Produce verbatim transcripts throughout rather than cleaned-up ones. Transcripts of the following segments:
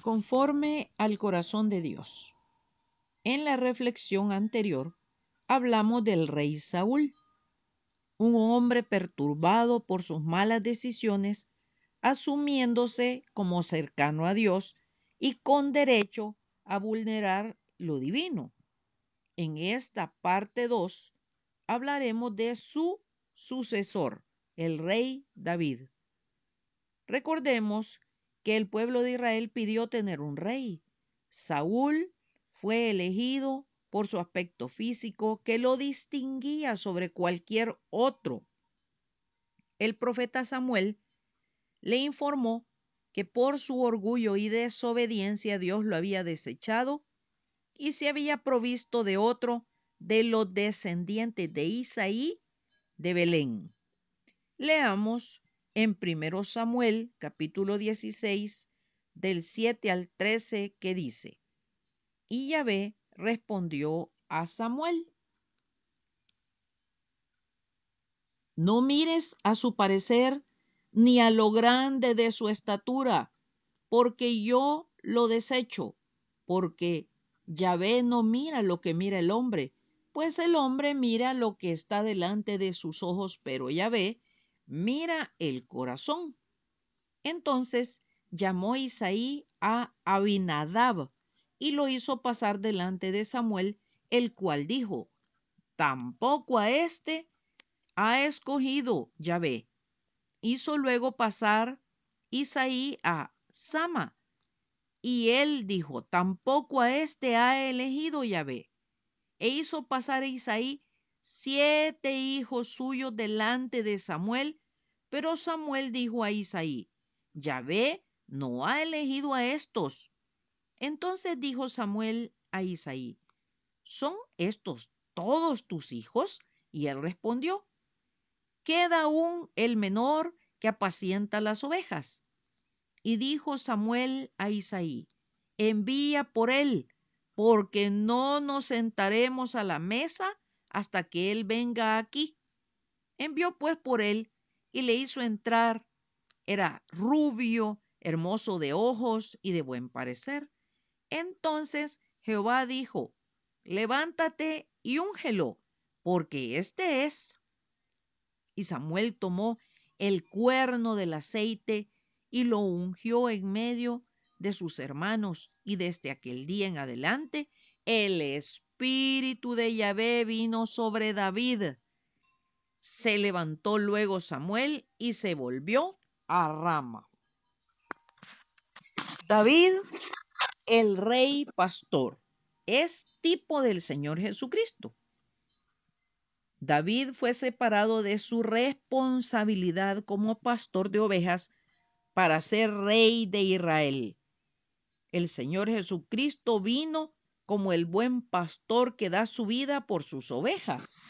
conforme al corazón de Dios. En la reflexión anterior hablamos del rey Saúl, un hombre perturbado por sus malas decisiones, asumiéndose como cercano a Dios y con derecho a vulnerar lo divino. En esta parte dos hablaremos de su sucesor, el rey David. Recordemos que el pueblo de Israel pidió tener un rey. Saúl fue elegido por su aspecto físico que lo distinguía sobre cualquier otro. El profeta Samuel le informó que por su orgullo y desobediencia Dios lo había desechado y se había provisto de otro de los descendientes de Isaí de Belén. Leamos en primero Samuel capítulo dieciséis del siete al trece que dice: Y Yahvé respondió a Samuel: No mires a su parecer ni a lo grande de su estatura, porque yo lo desecho, porque Yahvé no mira lo que mira el hombre, pues el hombre mira lo que está delante de sus ojos, pero Yahvé mira el corazón. Entonces llamó Isaí a Abinadab y lo hizo pasar delante de Samuel, el cual dijo: Tampoco a éste ha escogido Yahvé. Hizo luego pasar Isaí a Sama, y él dijo: Tampoco a éste ha elegido Yahvé. E hizo pasar a Isaí siete hijos suyos delante de Samuel, pero Samuel dijo a Isaí: Yahvé no ha elegido a estos. Entonces dijo Samuel a Isaí: ¿Son estos todos tus hijos? Y él respondió: Queda aún el menor que apacienta las ovejas. Y dijo Samuel a Isaí: Envía por él, porque no nos sentaremos a la mesa hasta que él venga aquí. Envió pues por él y le hizo entrar. Era rubio, hermoso de ojos y de buen parecer. Entonces Jehová dijo: Levántate y úngelo, porque éste es. Y Samuel tomó el cuerno del aceite y lo ungió en medio de sus hermanos, y desde aquel día en adelante el espíritu de Yahvé vino sobre David. Se levantó luego Samuel y se volvió a Rama. David, el rey pastor, es tipo del Señor Jesucristo. David fue separado de su responsabilidad como pastor de ovejas para ser rey de Israel. El Señor Jesucristo vino como el buen pastor que da su vida por sus ovejas.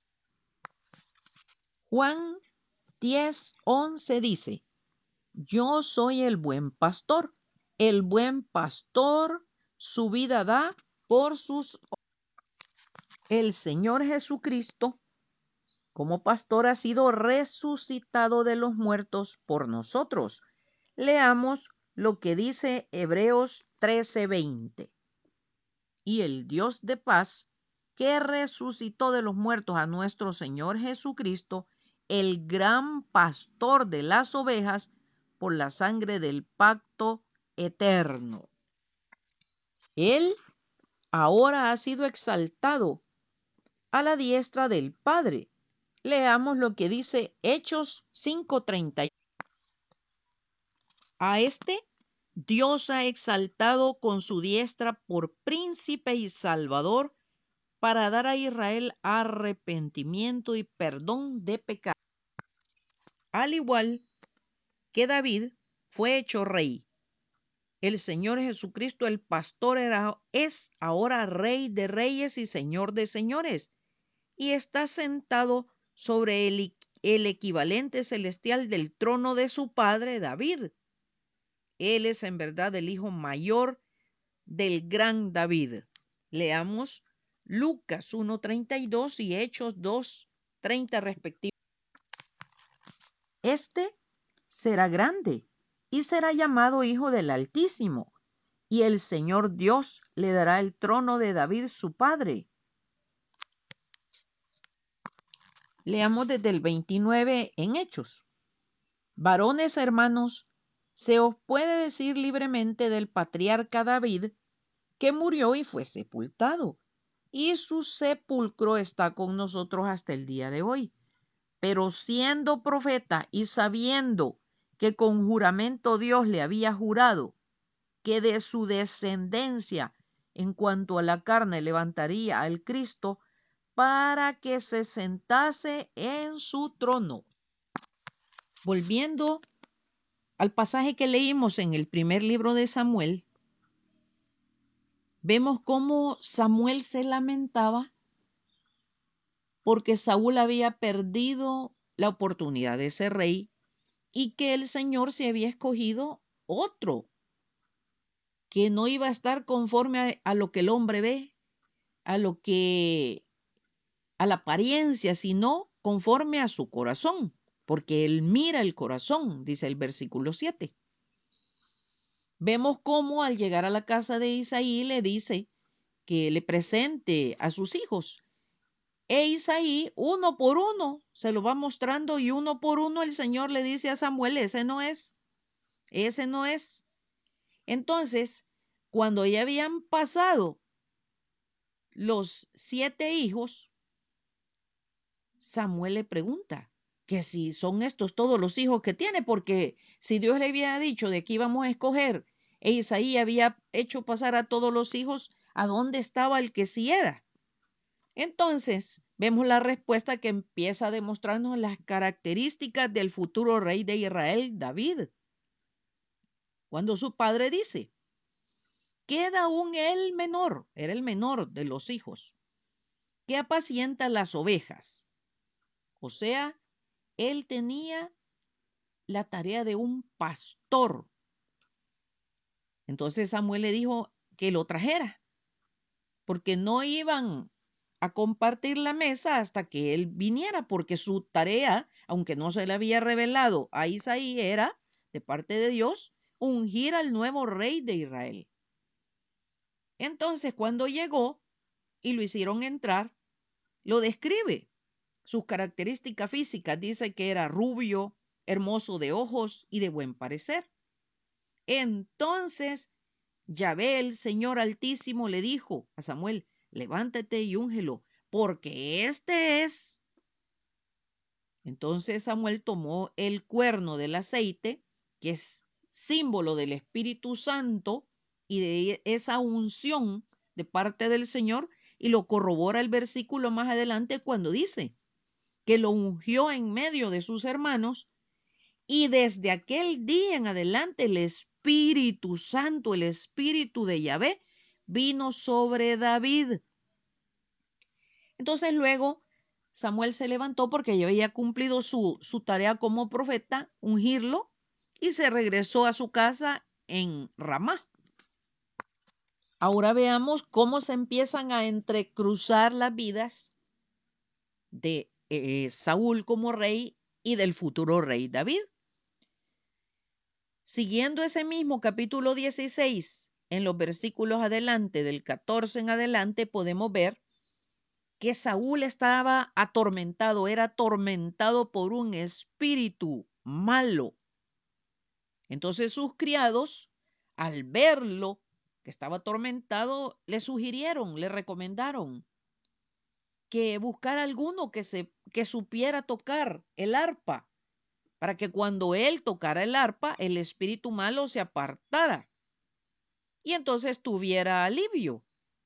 Juan diez once dice: Yo soy el buen pastor. El buen pastor su vida da por sus ovejas. El Señor Jesucristo, como pastor, ha sido resucitado de los muertos por nosotros. Leamos lo que dice Hebreos trece veinte. Y el Dios de paz, que resucitó de los muertos a nuestro Señor Jesucristo, el gran pastor de las ovejas, por la sangre del pacto eterno. Él ahora ha sido exaltado a la diestra del Padre. Leamos lo que dice Hechos cinco treinta. A este Dios ha exaltado con su diestra por príncipe y salvador, para dar a Israel arrepentimiento y perdón de pecados. Al igual que David fue hecho rey, el Señor Jesucristo, el pastor, era, es ahora rey de reyes y señor de señores, y está sentado sobre el, el equivalente celestial del trono de su padre David. Él es en verdad el hijo mayor del gran David. Leamos Lucas uno treinta y dos y Hechos dos treinta respectivamente. Este será grande y será llamado Hijo del Altísimo, y el Señor Dios le dará el trono de David su padre. Leamos desde el veintinueve en Hechos. Varones hermanos, se os puede decir libremente del patriarca David, que murió y fue sepultado, y su sepulcro está con nosotros hasta el día de hoy. Pero siendo profeta y sabiendo que con juramento Dios le había jurado que de su descendencia en cuanto a la carne levantaría al Cristo para que se sentase en su trono. Volviendo al pasaje que leímos en el primer libro de Samuel, vemos cómo Samuel se lamentaba porque Saúl había perdido la oportunidad de ser rey y que el Señor se había escogido otro, que no iba a estar conforme a, a lo que el hombre ve, a lo que, a la apariencia, sino conforme a su corazón, porque él mira el corazón, dice el versículo siete. Vemos cómo al llegar a la casa de Isaí le dice que le presente a sus hijos. E Isaí, uno por uno, se lo va mostrando y uno por uno el Señor le dice a Samuel, ese no es, ese no es. Entonces, cuando ya habían pasado los siete hijos, Samuel le pregunta que si son estos todos los hijos que tiene, porque si Dios le había dicho de que íbamos a escoger, e Isaí había hecho pasar a todos los hijos, ¿a dónde estaba el que sí era? Entonces, vemos la respuesta que empieza a demostrarnos las características del futuro rey de Israel, David. Cuando su padre dice, queda aún el menor, era el menor de los hijos, que apacienta las ovejas. O sea, él tenía la tarea de un pastor. Entonces Samuel le dijo que lo trajera, porque no iban a compartir la mesa hasta que él viniera, porque su tarea, aunque no se le había revelado a Isaí, era, de parte de Dios, ungir al nuevo rey de Israel. Entonces, cuando llegó y lo hicieron entrar, lo describe. Sus características físicas dice que era rubio, hermoso de ojos y de buen parecer. Entonces Yahvé, el Señor Altísimo, le dijo a Samuel, levántate y úngelo, porque este es. Entonces Samuel tomó el cuerno del aceite, que es símbolo del Espíritu Santo y de esa unción de parte del Señor, y lo corrobora el versículo más adelante cuando dice que lo ungió en medio de sus hermanos, y desde aquel día en adelante el Espíritu Santo, el Espíritu de Yahvé, vino sobre David. Entonces luego Samuel se levantó porque ya había cumplido su, su tarea como profeta, ungirlo, y se regresó a su casa en Ramá. Ahora veamos cómo se empiezan a entrecruzar las vidas de eh, Saúl como rey y del futuro rey David. Siguiendo ese mismo capítulo dieciséis, en los versículos adelante, del catorce en adelante, podemos ver que Saúl estaba atormentado, era atormentado por un espíritu malo. Entonces sus criados, al verlo que estaba atormentado, le sugirieron, le recomendaron que buscara alguno que, se, que supiera tocar el arpa, para que cuando él tocara el arpa, el espíritu malo se apartara y entonces tuviera alivio.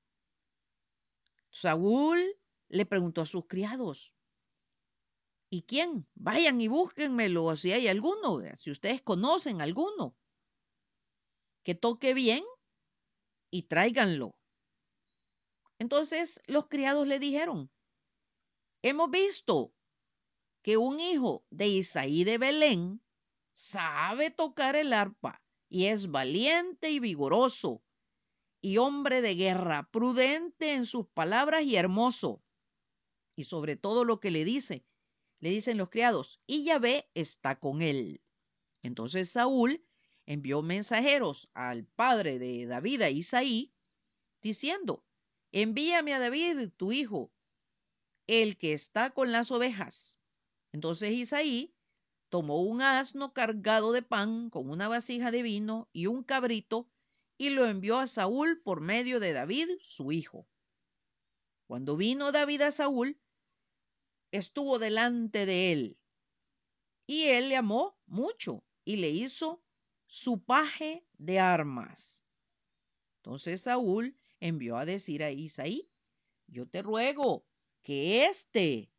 Saúl le preguntó a sus criados, ¿y quién? Vayan y búsquenmelo si hay alguno, si ustedes conocen alguno que toque bien y tráiganlo. Entonces los criados le dijeron, hemos visto que un hijo de Isaí de Belén sabe tocar el arpa y es valiente y vigoroso y hombre de guerra, prudente en sus palabras y hermoso. Y sobre todo lo que le dice, le dicen los criados, y Yahvé está con él. Entonces Saúl envió mensajeros al padre de David, a Isaí, diciendo: envíame a David, tu hijo, el que está con las ovejas. Entonces Isaí tomó un asno cargado de pan con una vasija de vino y un cabrito y lo envió a Saúl por medio de David, su hijo. Cuando vino David a Saúl, estuvo delante de él y él le amó mucho y le hizo su paje de armas. Entonces Saúl envió a decir a Isaí: yo te ruego que este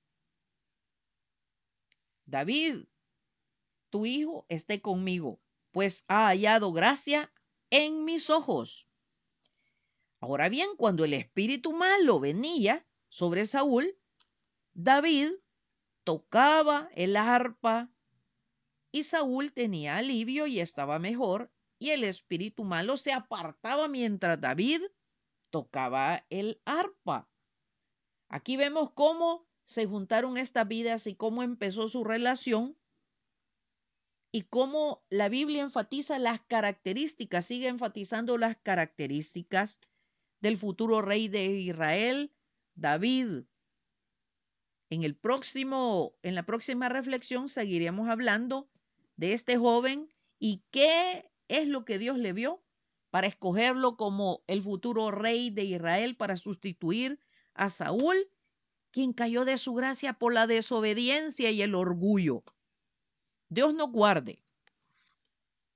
David, tu hijo, esté conmigo, pues ha hallado gracia en mis ojos. Ahora bien, cuando el espíritu malo venía sobre Saúl, David tocaba el arpa y Saúl tenía alivio y estaba mejor, y el espíritu malo se apartaba mientras David tocaba el arpa. Aquí vemos cómo se juntaron estas vidas y cómo empezó su relación y cómo la Biblia enfatiza las características, sigue enfatizando las características del futuro rey de Israel, David. En el próximo, en la próxima reflexión seguiremos hablando de este joven y qué es lo que Dios le vio para escogerlo como el futuro rey de Israel para sustituir a Saúl, quien cayó de su gracia por la desobediencia y el orgullo. Dios nos guarde.